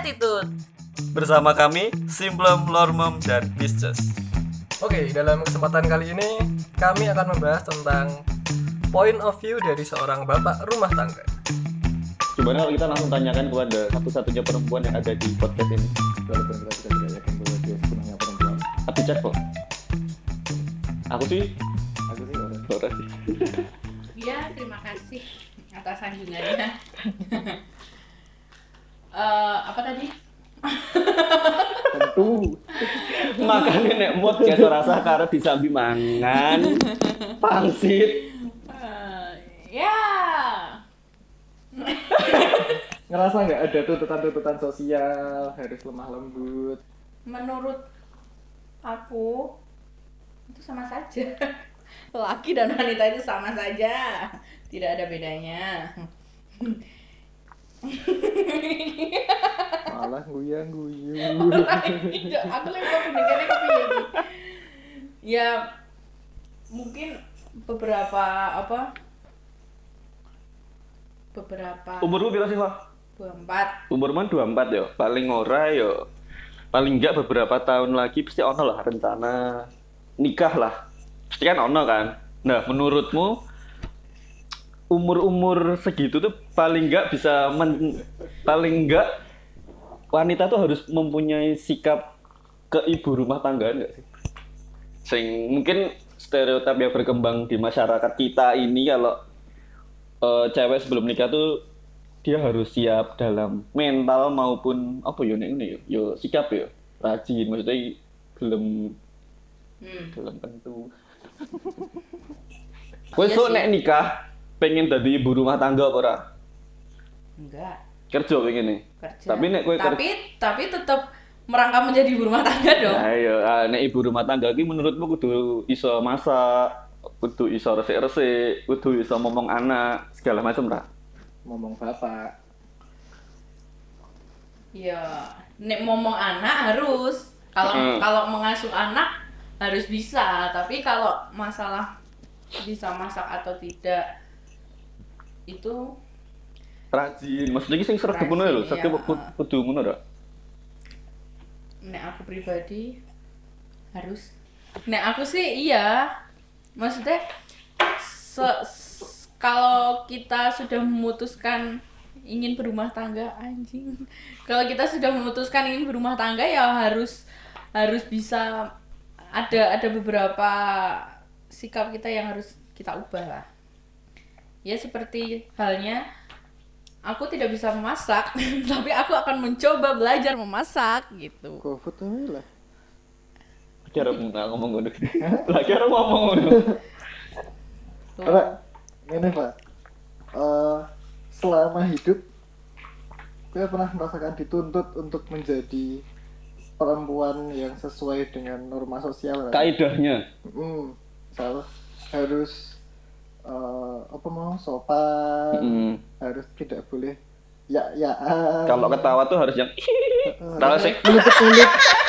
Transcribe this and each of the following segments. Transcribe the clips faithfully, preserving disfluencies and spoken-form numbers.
Attitude. Bersama kami, Simplem, Lormem, dan Pisces. Oke, dalam kesempatan kali ini kami akan membahas tentang point of view dari seorang bapak rumah tangga. Gimana kalau kita langsung tanyakan kepada satu-satunya perempuan yang ada di podcast ini? Walaupun kita sudah tidak yakin bahwa dia sepenuhnya perempuan. Aku cek kok. Aku sih, Aku sih orang. Laura sih. Iya, terima kasih atas sanjungannya. Eh, apa tadi? Tentu. Makanya nek mood kayak rasa karena disambi mangan, pangsit. Eh, ya. Ngerasa nggak ada tuntutan-tuntutan sosial, harus lemah lembut. Menurut aku itu sama saja. Laki dan wanita itu sama saja. Tidak ada bedanya. Malah guyang-guyung. Tidak, aku lagi mau pendengarnya kepiye iki. Ya mungkin beberapa apa beberapa Umurmu berapa sih, Pak? dua puluh empat. Umurmu dua puluh empat ya. Paling ora yo. Paling enggak beberapa tahun lagi pasti ono lah rencana nikah lah. Pasti kan ono kan. Nah, menurutmu umur-umur segitu tuh paling enggak bisa men, paling enggak wanita tuh harus mempunyai sikap ke ibu rumah tangga enggak sih? Sing mungkin stereotip yang berkembang di masyarakat kita ini kalau uh, cewek sebelum nikah tuh dia harus siap dalam mental maupun apa ya nek ini yo, yo sikap yo rajin maksudnya gelem Hmm. gelem tentu. Kowe Iya sok sih. nek nikah pengen dadi ibu rumah tangga apa ora? Enggak. Kerja pengen nih. Kerja. Tapi nek kowe tapi tapi tetap merangkap menjadi ibu rumah tangga dong. Nah, iya, ah, nek ibu rumah tangga iki menurutmu kudu iso masak, kudu iso resik-resik, kudu iso ngomong anak, segala macam ra? Ngomong bapak. Ya, nek ngomong anak harus. Kalau Hmm. kalau mengasuh anak harus bisa, tapi kalau masalah bisa masak atau tidak itu Rajin. Maksudnya iki sing sregep ngono lho, Rajin, sregep iya. ku- kudu ngono ra? nek aku pribadi harus. Nek aku sih iya. Maksudnya se- s- kalau kita sudah memutuskan ingin berumah tangga anjing. Kalau kita sudah memutuskan ingin berumah tangga ya harus harus bisa ada ada beberapa sikap kita yang harus kita ubah lah. Ya seperti halnya aku tidak bisa memasak, tapi aku akan mencoba belajar memasak gitu. Kok foto lah. Kira mau ngomong ngono. Lah kira ngomong ngono. Tuh. Pak, ini Pak. Eh, selama hidup saya pernah merasakan dituntut untuk menjadi perempuan yang sesuai dengan norma sosial. Kan? Kaidahnya. Hmm, salah. Harus eh, apa mau sopan, Mm. harus tidak boleh ya ya. Kalau ketawa tuh harus yang tahu sih. Mulut-mulut.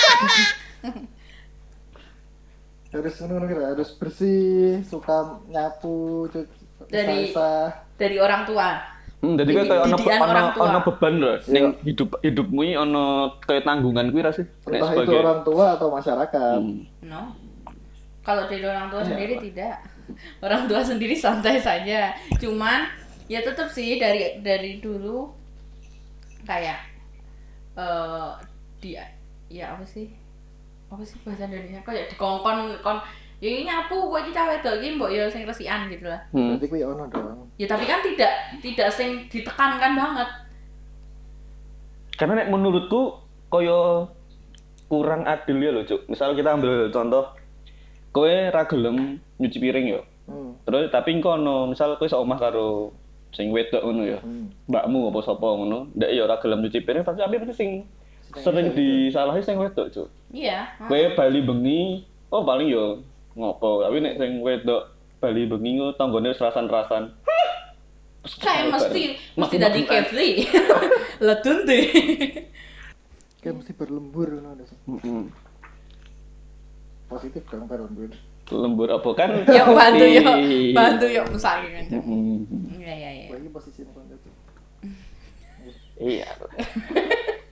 harus menurut kita harus bersih, suka nyapu, cuci, Dari- basah. Dari orang tua. Hmm, jadi kayak kayak ono Didikan ono orang tua. ono beban lho. Iya. Ning hidup hidupmu iki ono kayak tanggungan kuwi ra sih? Nek Entah itu orang tua atau masyarakat. Hmm. No. Kalau dari orang tua Iya, sendiri Pak. tidak. Orang tua sendiri santai saja. Cuman ya tetap sih dari dari dulu kayak eh dia ya apa sih? Apa sih bahasa Indonesia? Kayak dikongkon kon ya ini nyapu kowe iki cah wedok iki mbok ya sing resikan gitu lah. Hmm. Berarti kuwi ono dong. Ya tapi kan tidak tidak sing ditekankan banget. Karena nek menurutku koyo kurang adil ya lho, Cuk. Misal kita ambil contoh kowe ra gelem nyuci piring ya. Hmm. Terus tapi engko ono misal kowe seomah karo sing wedok ngono ya. Hmm. Mbakmu apa sapa ngono, ndak ya ora gelem nyuci piring tapi tapi sing sering disalahi sing wedok, Cuk. Iya. Kowe bali bengi, oh paling yo ngopo, tapi nek sing wedok bali bengi ngono tanggane wis rasan-rasan. Kayak mesti mesti Mak- dadi mak- Kevli. Ledun deh. Kayak mesti berlembur ngono ada. Heeh. Positif dong berlembur. Lembur apa kan? Yuk bantu pasti. yuk. Bantu yuk misalnya kan. Mm-mm. Iya iya iya. Lagi posisi apa itu? Iya.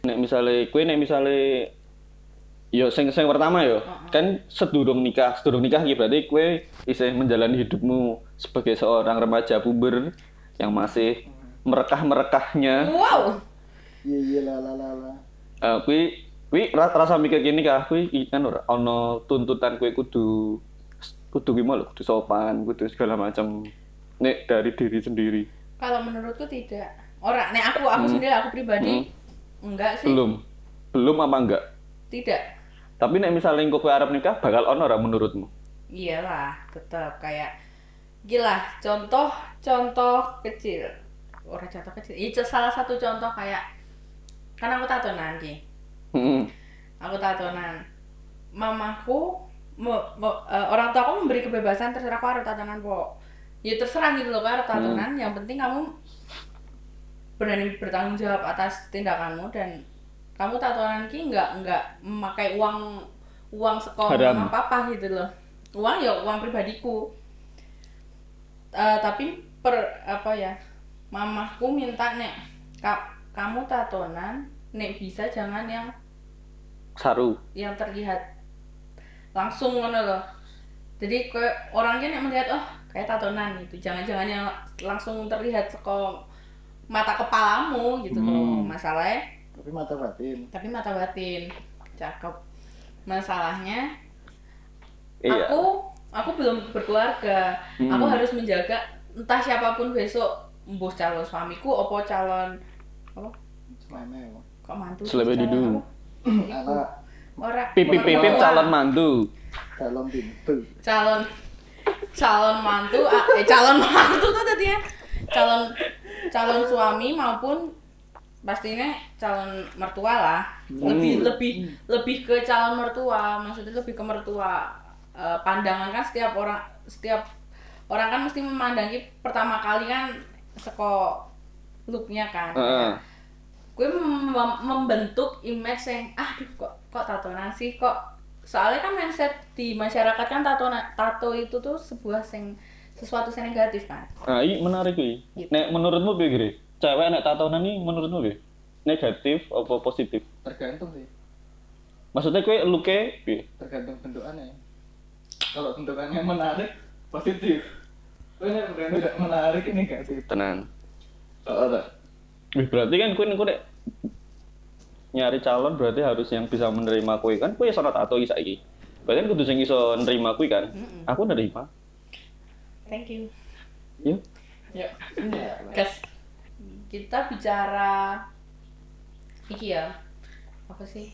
nek misale kowe nek misale yo sing sing pertama yo Uh-uh. kan sedurung nikah, sedurung nikah iki berarti kowe isih menjalani hidupmu sebagai seorang remaja puber yang masih merekah-merekahnya. Wow. Iya iya lah lah lah lah. Eh kuwi kuwi ra- rasa mikir gini kah kuwi i- kan ora ana tuntutan kowe kudu kudu ki mau lho, kudu sopan, kudu segala macam nek dari diri sendiri. Kalau menurutku tidak. Orang, nek aku aku sendiri aku pribadi enggak sih. Belum. Belum apa enggak? Tidak. Tapi nek misalnya kowe arep nikah bakal ono ora menurutmu? Iyalah, tetap kayak gila. Contoh contoh kecil. Orang contoh kecil. Itu salah satu contoh kayak kan aku tatonan ki. Heeh. Aku tatonan. Mamaku me- me- eh, orang tua aku memberi kebebasan terserah aku harus tatonan kok. Ya terserah gitu loh, aku harus tatonan. Yang penting kamu berani bertanggung jawab atas tindakanmu dan kamu tatonan ki nggak nggak memakai uang uang sekolah Haram. mama papa gitu loh. Uang ya uang pribadiku. Eh, tapi per apa ya? Mamaku minta nek ka, kamu tatonan nek bisa jangan yang Saru. yang terlihat langsung ngono loh. Jadi kayak orangnya nek melihat oh kayak tatonan gitu. Jangan-jangan yang langsung terlihat seko mata kepalamu gitu loh. Masalahnya Tapi mata batin. tapi mata batin. Cakep. Masalahnya Iya. aku aku belum berkeluarga. Hmm. Aku harus menjaga entah siapapun besok, mbah calon suamiku opo calon apa? Semana ya. Kok mantu? sih, Selebe calon didu. apa? Anak Ora. Pipip pipip mertua. calon mantu. calon pintu. calon calon mantu ah, eh calon mantu tuh tadi ya calon calon suami maupun pastinya calon mertua lah lebih lebih lebih ke calon mertua maksudnya lebih ke mertua. Eh, pandangan kan setiap orang setiap orang kan mesti memandangi pertama kali kan seko looknya kan. Heeh. Gue mem- membentuk image yang aduh kok kok tatonan sih kok soalnya kan mindset di masyarakat kan tato tato itu tuh sebuah sing sesuatu yang negatif kan. Nah, ini menarik kuwi. Gitu. Nek menurutmu piye, Gre? Cewek nek tatonan iki menurutmu piye? Negatif apa positif? Tergantung sih. Maksudnya kowe luke piye? Tergantung bentukannya. Kalau bentukannya menarik, positif. Kalau bentukannya tidak menarik, ini negatif. Tenan. Oh, tak. Wih, berarti kan kowe kowe nek nyari calon berarti harus yang bisa menerima kowe kan kowe iso tato iki saiki. Berarti kan kudu sing iso nerima kowe kan. Aku nerima. Thank you. Yuk. Ya. Guys, kita bicara iki ya. Apa sih?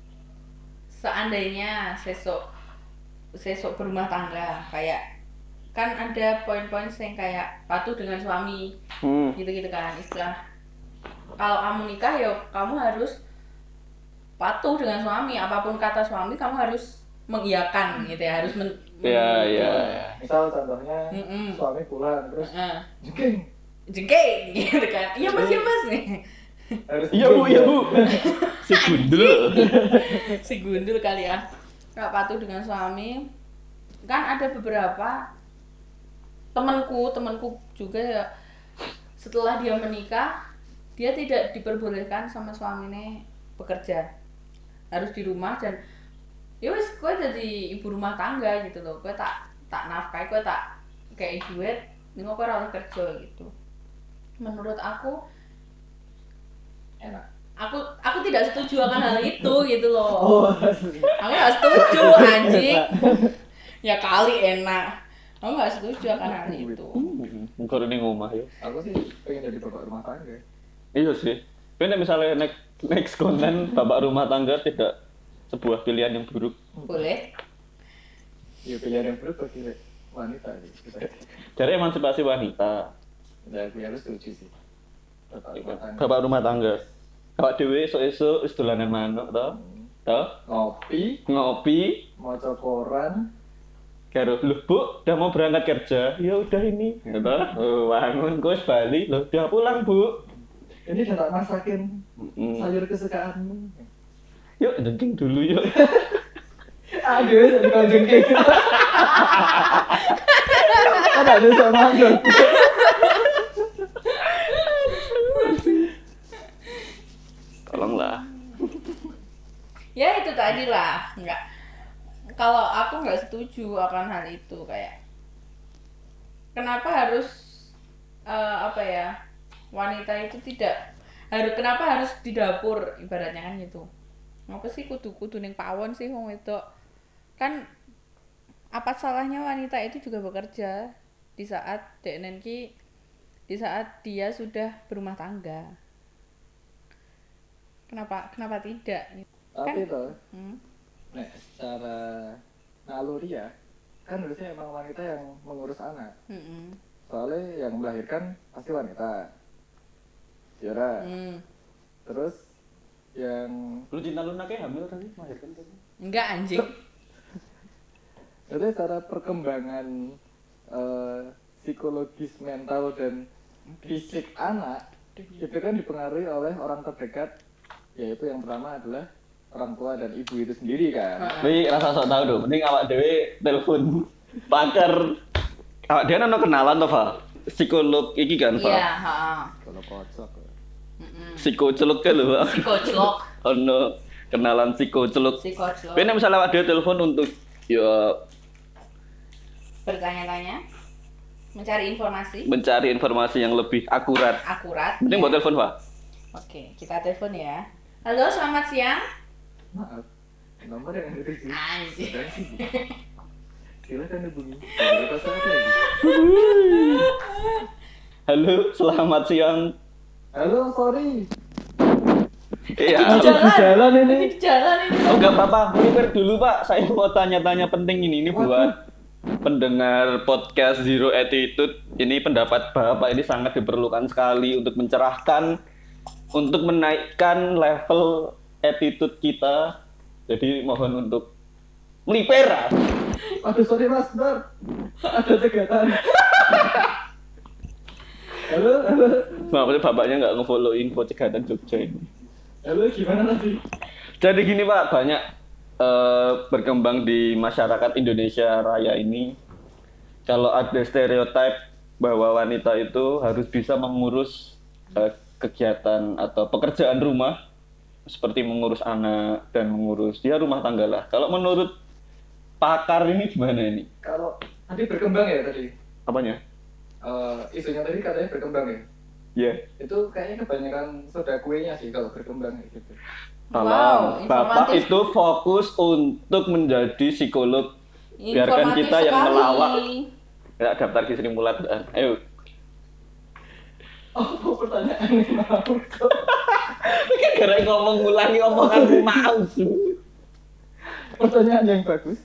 Seandainya sesok sesok berumah tangga kayak kan ada poin-poin yang kayak patuh dengan suami Hmm. gitu-gitu kan istilah kalau kamu nikah ya kamu harus patuh dengan suami apapun kata suami kamu harus mengiyakan gitu ya harus men Iya, men- iya. Misal contohnya, Mm-mm. suami pulang, terus Heeh. jengking. jengking gitu kan iya mas iya mas Harus Iya, Bu, iya, Bu. Si gundul. si gundul kali ya nggak patuh dengan suami kan ada beberapa temanku temanku juga ya setelah dia menikah dia tidak diperbolehkan sama suaminya bekerja harus di rumah dan ya wis gue jadi ibu rumah tangga gitu loh gue tak tak nafkahi gue tak kayak duit ini gue harus kerja gitu menurut aku enak. aku aku tidak setuju akan hal itu gitu loh aku nggak setuju anjing ya kali enak aku nggak setuju akan hal itu Engko ini ngomah ya. Aku sih pengen jadi bapak rumah tangga. Iya sih. Tapi nek misalnya next next konten bapak rumah tangga tidak sebuah pilihan yang buruk. boleh Ya pilihan yang buruk bagi wanita sih. Dari emansipasi wanita. Nah, aku harus setuju sih. Bapak rumah tangga. Bapak rumah tangga. Awak dhewe esuk-esuk wis dolanan manuk to. To, Ngopi, ngopi, maca koran, karo lho Bu, udah mau berangkat kerja. Ya udah ini. Ya toh. Oh, bangun kok wis bali. Loh, udah pulang, Bu. ini udah tak masakin Mm. sayur kesukaanmu. Yuk, jengking dulu yuk. Aduh, jadi kau jengking. Kan ada sama dong. Tolonglah. lah, enggak. Kalau aku nggak setuju akan hal itu, kayak kenapa harus uh, apa ya, wanita itu tidak harus kenapa harus di dapur ibaratnya kan gitu. Apa sih kudu-kudu ning pawon sih wong wedok. Kan apa salahnya wanita itu juga bekerja di saat deknen ki di saat dia sudah berumah tangga. Kenapa kenapa tidak? Tapi Kan- toh, Hmm? nek secara naluri ya, kan harusnya emang wanita yang mengurus anak. Mm-mm. Soalnya yang melahirkan pasti wanita. Ya ora? Hmm. Terus yang Lu Cinta Luna kayak hamil tadi melahirkan tadi. Enggak anjing. jadi secara perkembangan eh, psikologis, mental dan fisik anak itu kan dipengaruhi oleh orang terdekat, yaitu yang pertama adalah orang tua dan ibu itu sendiri kan. Tapi rasa sok tahu dong, mending awak dhewe telepon pakar. Awak dhewe ono kenalan to, Val? Psikolog iki kan, Val? Iya, heeh. Kalau kocok. Heeh. Psikoceluk kan lho, Pak. Psikoclok, Ono kenalan psikoceluk. psikoclok. Tapi nek misalnya awak dhewe telepon untuk ya Bertanya-tanya, mencari informasi mencari informasi yang lebih akurat. akurat. Mending ya. buat telepon, Pak. Oke, kita telepon ya. Halo, selamat siang. Maaf, nomor yang ada di sini. Anjing. sedang sibuk. Silakan hubungi. Beberapa saat lagi. Halo, selamat siang. Halo, sorry. Iya. Di jalan. jalan ini. Di jalan ini. Oh, enggak apa-apa. Melipir dulu, Pak. Saya mau tanya-tanya penting ini. Ini buat pendengar podcast Zero Attitude. Ini pendapat Bapak ini sangat diperlukan sekali untuk mencerahkan, untuk menaikkan level attitude kita. Jadi mohon untuk melipir. Aduh, sorry Mas Bar. Ada tegatan. Halo, halo. Maksudnya bapaknya nggak nge-follow info cegatan Jogja ini. Halo, gimana tadi? Jadi gini Pak, banyak eh, berkembang di masyarakat Indonesia Raya ini. Kalau ada stereotip bahwa wanita itu harus bisa mengurus eh, kegiatan atau pekerjaan rumah, seperti mengurus anak dan mengurus ya rumah tangga lah. Kalau menurut pakar ini gimana ini? Kalau tadi berkembang ya tadi. Apanya? Eh, isunya tadi katanya berkembang ya. Ya. Itu kayaknya kebanyakan soda kuenya sih kalau berkembang kayak gitu. Kalau Wow, Bapak informatif. itu fokus untuk menjadi psikolog, biarkan Informatif kita yang sekali. melawak. Ya, daftar di Sri Mulat. Ayo. Oh, pertanyaan ini mau kok. Kan gara ngomong ngulangi omongan mau. Pertanyaan yang bagus.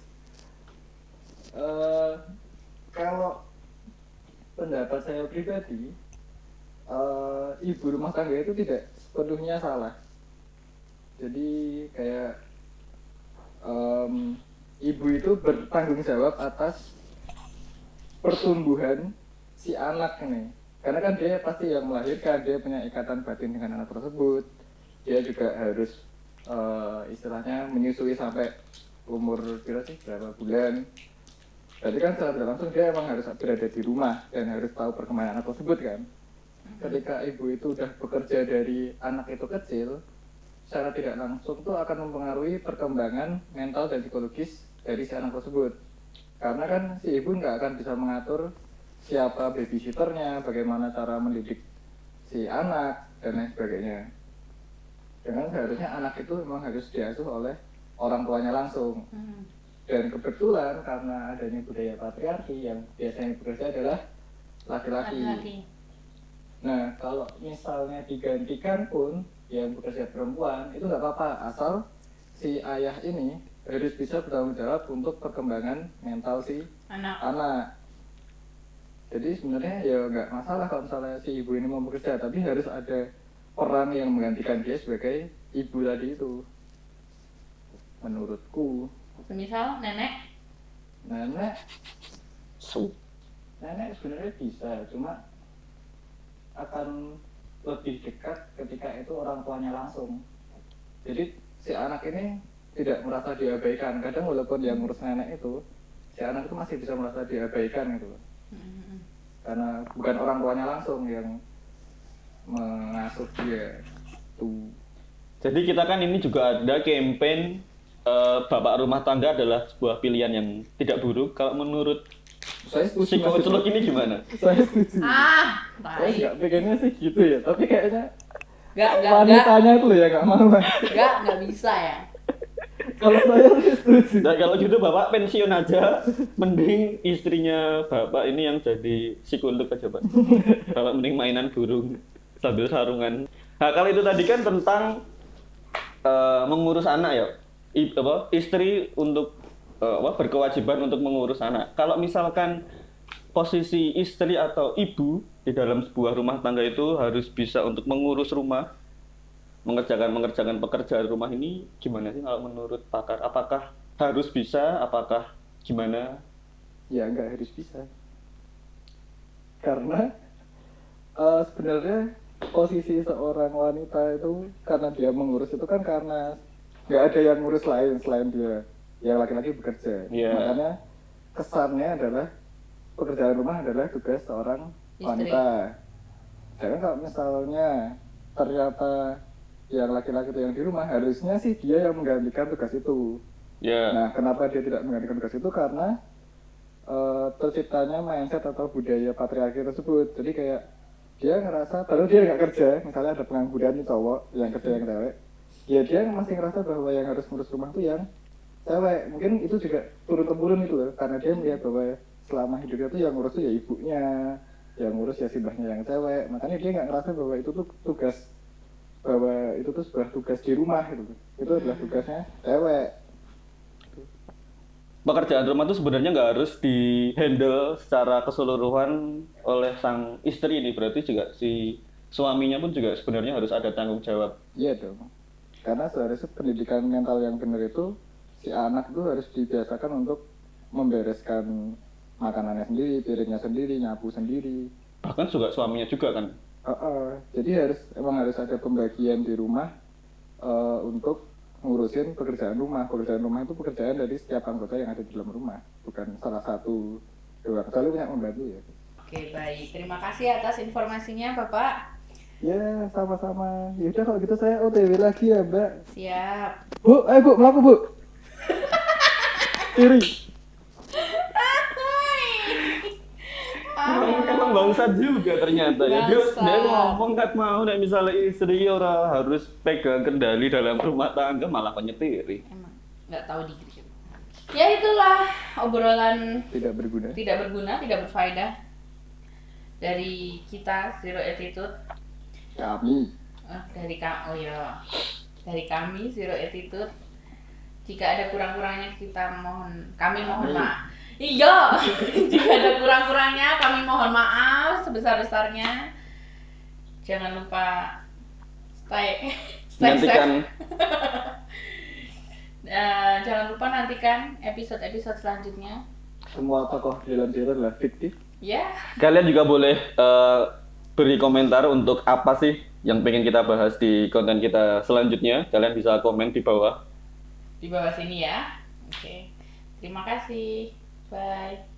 Eh, kalau pendapat saya pribadi, eh, ibu rumah tangga itu tidak sepenuhnya salah. Jadi kayak em, ibu itu bertanggung jawab atas pertumbuhan si anak nih. Karena kan dia pasti yang melahirkan, dia punya ikatan batin dengan anak tersebut. Dia juga harus eh, istilahnya menyusui sampai umur kira sih berapa bulan. Berarti kan secara tidak langsung dia emang harus berada di rumah dan harus tahu perkembangan anak tersebut kan. Ketika ibu itu udah bekerja dari anak itu kecil, secara tidak langsung itu akan mempengaruhi perkembangan mental dan psikologis dari si anak tersebut. Karena kan si ibu nggak akan bisa mengatur siapa babysitternya, bagaimana cara mendidik si anak dan lain sebagainya. Dengan seharusnya anak itu memang harus diasuh oleh orang tuanya langsung. Hmm. Dan kebetulan karena adanya budaya patriarki yang biasanya bekerja adalah laki-laki. Laki-laki. Nah, kalau misalnya digantikan pun yang bekerja perempuan itu nggak apa-apa, asal si ayah ini harus bisa bertanggung jawab untuk perkembangan mental si Anak. anak. Jadi sebenarnya ya nggak masalah kalau misalnya si ibu ini mau bekerja, tapi harus ada orang yang menggantikan dia sebagai ibu tadi itu. Menurutku, Misal nenek. nenek So, nenek sebenarnya bisa, cuma akan lebih dekat ketika itu orang tuanya langsung. Jadi si anak ini tidak merasa diabaikan. Kadang walaupun yang ngurus nenek itu, si anak itu masih bisa merasa diabaikan gitu. Hmm. Karena bukan orang tuanya langsung yang mengasuh dia. Tuh. jadi kita kan ini juga ada campaign eh, bapak rumah tangga adalah sebuah pilihan yang tidak buruk. Kalau menurut Saya setuju. psikolog ini gimana? Saya setuju. Ah, Saya baik. nggak pengennya sih gitu ya, tapi kayaknya Enggak, enggak, enggak. wanitanya itu loh ya nggak mau. Mas. Enggak, enggak bisa ya. Kalau saya sih setuju. Nah, kalau gitu bapak pensiun aja, mending istrinya bapak ini yang jadi psikolog aja pak. Bapak mending mainan burung sambil sarungan. Nah kalau itu tadi kan tentang eh, mengurus anak ya, I, apa, istri untuk eh, apa, berkewajiban untuk mengurus anak. Kalau misalkan posisi istri atau ibu di dalam sebuah rumah tangga itu harus bisa untuk mengurus rumah, mengerjakan mengerjakan pekerjaan rumah ini gimana sih kalau menurut pakar? Apakah harus bisa? Apakah gimana? Ya nggak harus bisa. Karena eh, sebenarnya posisi seorang wanita itu karena dia mengurus itu kan karena nggak ada yang ngurus lain selain dia yang laki-laki bekerja. Iya. Makanya kesannya adalah pekerjaan rumah adalah tugas seorang Istri. wanita. Jangan kalau misalnya ternyata yang laki-laki itu yang di rumah, harusnya sih dia yang menggantikan tugas itu. Ya. Nah, kenapa dia tidak menggantikan tugas itu? Karena eh, terciptanya mindset atau budaya patriarki tersebut. Jadi kayak dia ngerasa, padahal dia nggak kerja, misalnya ada pengangguran nih cowok yang kerja yang cewek, ya dia masih ngerasa bahwa yang harus ngurus rumah tuh yang cewek. Mungkin itu juga turun temurun itu loh, karena dia melihat bahwa selama hidupnya tuh yang ngurus tuh ya ibunya, yang ngurus ya simbahnya yang cewek. Makanya dia nggak ngerasa bahwa itu tuh tugas, bahwa itu tuh sebuah tugas di rumah gitu. Itu adalah tugasnya cewek. Pekerjaan rumah itu sebenarnya nggak harus di-handle secara keseluruhan oleh sang istri ini. Berarti juga si suaminya pun juga sebenarnya harus ada tanggung jawab. Iya dong. Karena seharusnya pendidikan mental yang benar itu si anak itu harus dibiasakan untuk membereskan makanannya sendiri, piringnya sendiri, nyapu sendiri. Bahkan juga suaminya juga kan. Uh, uh, jadi harus emang harus ada pembagian di rumah uh, untuk ngurusin pekerjaan rumah. Pekerjaan rumah itu pekerjaan dari setiap anggota yang ada di dalam rumah, bukan salah satu dua. Kecuali punya pembantu ya. Oke, baik. Terima kasih atas informasinya, Bapak. Ya sama-sama. Yaudah kalau gitu saya O T W lagi ya Mbak. Siap. Bu, ayo Bu, melaku Bu. Kiri. Emang bangsat juga ternyata ya. Dia, Bangsat. dia ngomong kan mau nek misalnya istri orang harus pegang kendali dalam rumah tangga malah penyetiri. Emang nggak tahu diri. Ya itulah obrolan Tidak berguna. tidak berguna, tidak berfaedah dari kita Zero Attitude. Kami. Eh, dari ka oh ya dari kami Zero Attitude. Jika ada kurang-kurangnya kita mohon kami mohon maaf. Iya, jika ada kurang-kurangnya kami mohon maaf sebesar-besarnya. Jangan lupa stay stay safe. Nantikan Eh, jangan lupa nantikan episode-episode selanjutnya. Semua tokoh di dalam cerita adalah fiktif. Ya, kalian juga boleh eh, beri komentar untuk apa sih yang pengen kita bahas di konten kita selanjutnya. Kalian bisa komen di bawah. di bawah sini ya. Oke. Terima kasih. Bye.